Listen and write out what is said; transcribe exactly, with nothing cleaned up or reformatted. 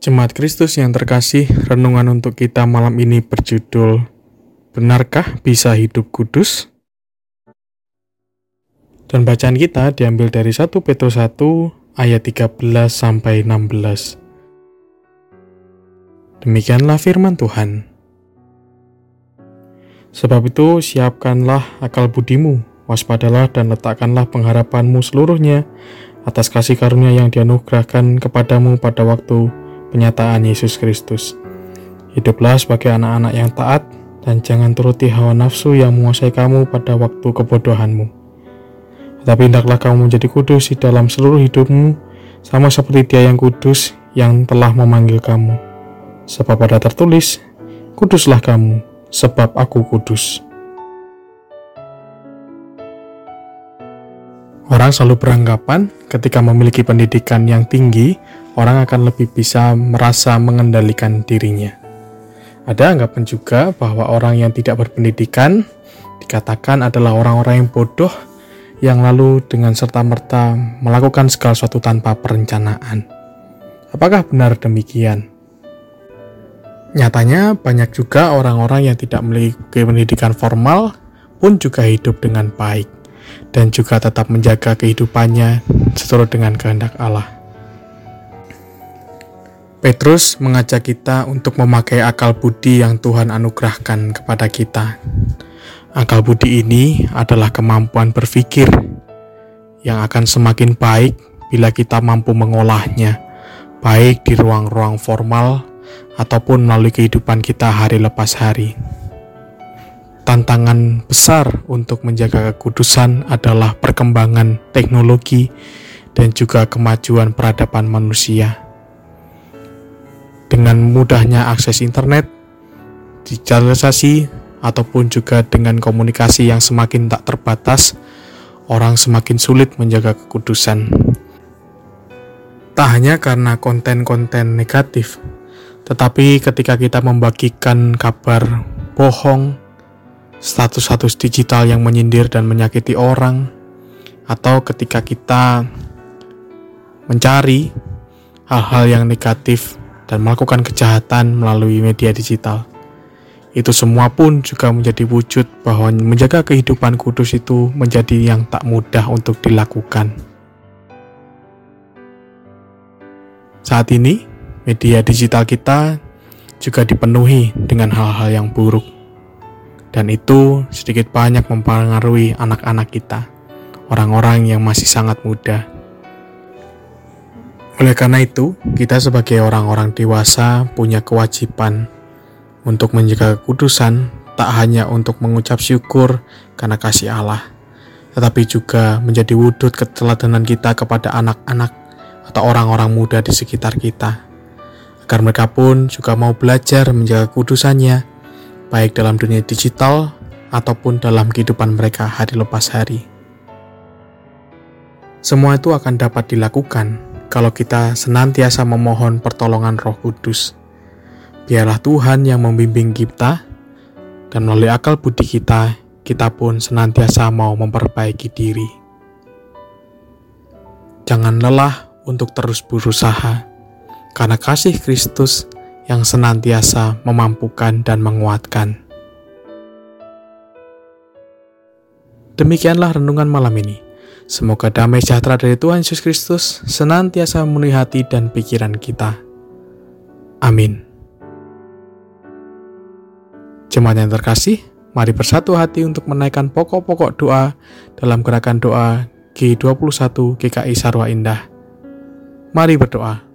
Jemaat Kristus yang terkasih, renungan untuk kita malam ini berjudul Benarkah bisa hidup kudus? Dan bacaan kita diambil dari satu Petrus satu ayat tiga belas sampai enam belas. Demikianlah firman Tuhan. Sebab itu siapkanlah akal budimu, waspadalah dan letakkanlah pengharapanmu seluruhnya atas kasih karunia yang dianugerahkan kepadamu pada waktu penyataan Yesus Kristus. Hiduplah sebagai anak-anak yang taat dan jangan turuti hawa nafsu yang menguasai kamu pada waktu kebodohanmu. Tetapi hendaklah kamu menjadi kudus di dalam seluruh hidupmu, sama seperti Dia yang kudus yang telah memanggil kamu. Sebab ada tertulis, kuduslah kamu, sebab aku kudus. Orang selalu beranggapan ketika memiliki pendidikan yang tinggi, orang akan lebih bisa merasa mengendalikan dirinya. Ada anggapan juga bahwa orang yang tidak berpendidikan dikatakan adalah orang-orang yang bodoh yang lalu dengan serta-merta melakukan segala sesuatu tanpa perencanaan. Apakah benar demikian? Nyatanya banyak juga orang-orang yang tidak memiliki pendidikan formal pun juga hidup dengan baik dan juga tetap menjaga kehidupannya seturut dengan kehendak Allah. Petrus mengajak kita untuk memakai akal budi yang Tuhan anugerahkan kepada kita. Akal budi ini adalah kemampuan berpikir yang akan semakin baik bila kita mampu mengolahnya, baik di ruang-ruang formal ataupun melalui kehidupan kita hari lepas hari. Tantangan besar untuk menjaga kekudusan adalah perkembangan teknologi dan juga kemajuan peradaban manusia. Dengan mudahnya akses internet, digitalisasi, ataupun juga dengan komunikasi yang semakin tak terbatas, orang semakin sulit menjaga kekudusan. Tak hanya karena konten-konten negatif, tetapi ketika kita membagikan kabar bohong, status-status digital yang menyindir dan menyakiti orang, atau ketika kita mencari hal-hal yang negatif dan melakukan kejahatan melalui media digital, itu semua pun juga menjadi wujud bahwa menjaga kehidupan kudus itu menjadi yang tak mudah untuk dilakukan. Saat ini, media digital kita juga dipenuhi dengan hal-hal yang buruk, dan itu sedikit banyak mempengaruhi anak-anak kita, orang-orang yang masih sangat muda. Oleh karena itu, kita sebagai orang-orang dewasa punya kewajiban untuk menjaga kekudusan, tak hanya untuk mengucap syukur karena kasih Allah, tetapi juga menjadi wujud keteladanan kita kepada anak-anak atau orang-orang muda di sekitar kita, agar mereka pun juga mau belajar menjaga kekudusannya, baik dalam dunia digital ataupun dalam kehidupan mereka hari lepas hari. Semua itu akan dapat dilakukan kalau kita senantiasa memohon pertolongan Roh Kudus. Biarlah Tuhan yang membimbing kita, dan melalui akal budi kita, kita pun senantiasa mau memperbaiki diri. Jangan lelah untuk terus berusaha, karena kasih Kristus yang senantiasa memampukan dan menguatkan. Demikianlah renungan malam ini. Semoga damai sejahtera dari Tuhan Yesus Kristus senantiasa memenuhi hati dan pikiran kita. Amin. Jemaat yang terkasih, mari bersatu hati untuk menaikkan pokok-pokok doa dalam gerakan doa G dua puluh satu G K I Sarwa Indah. Mari berdoa.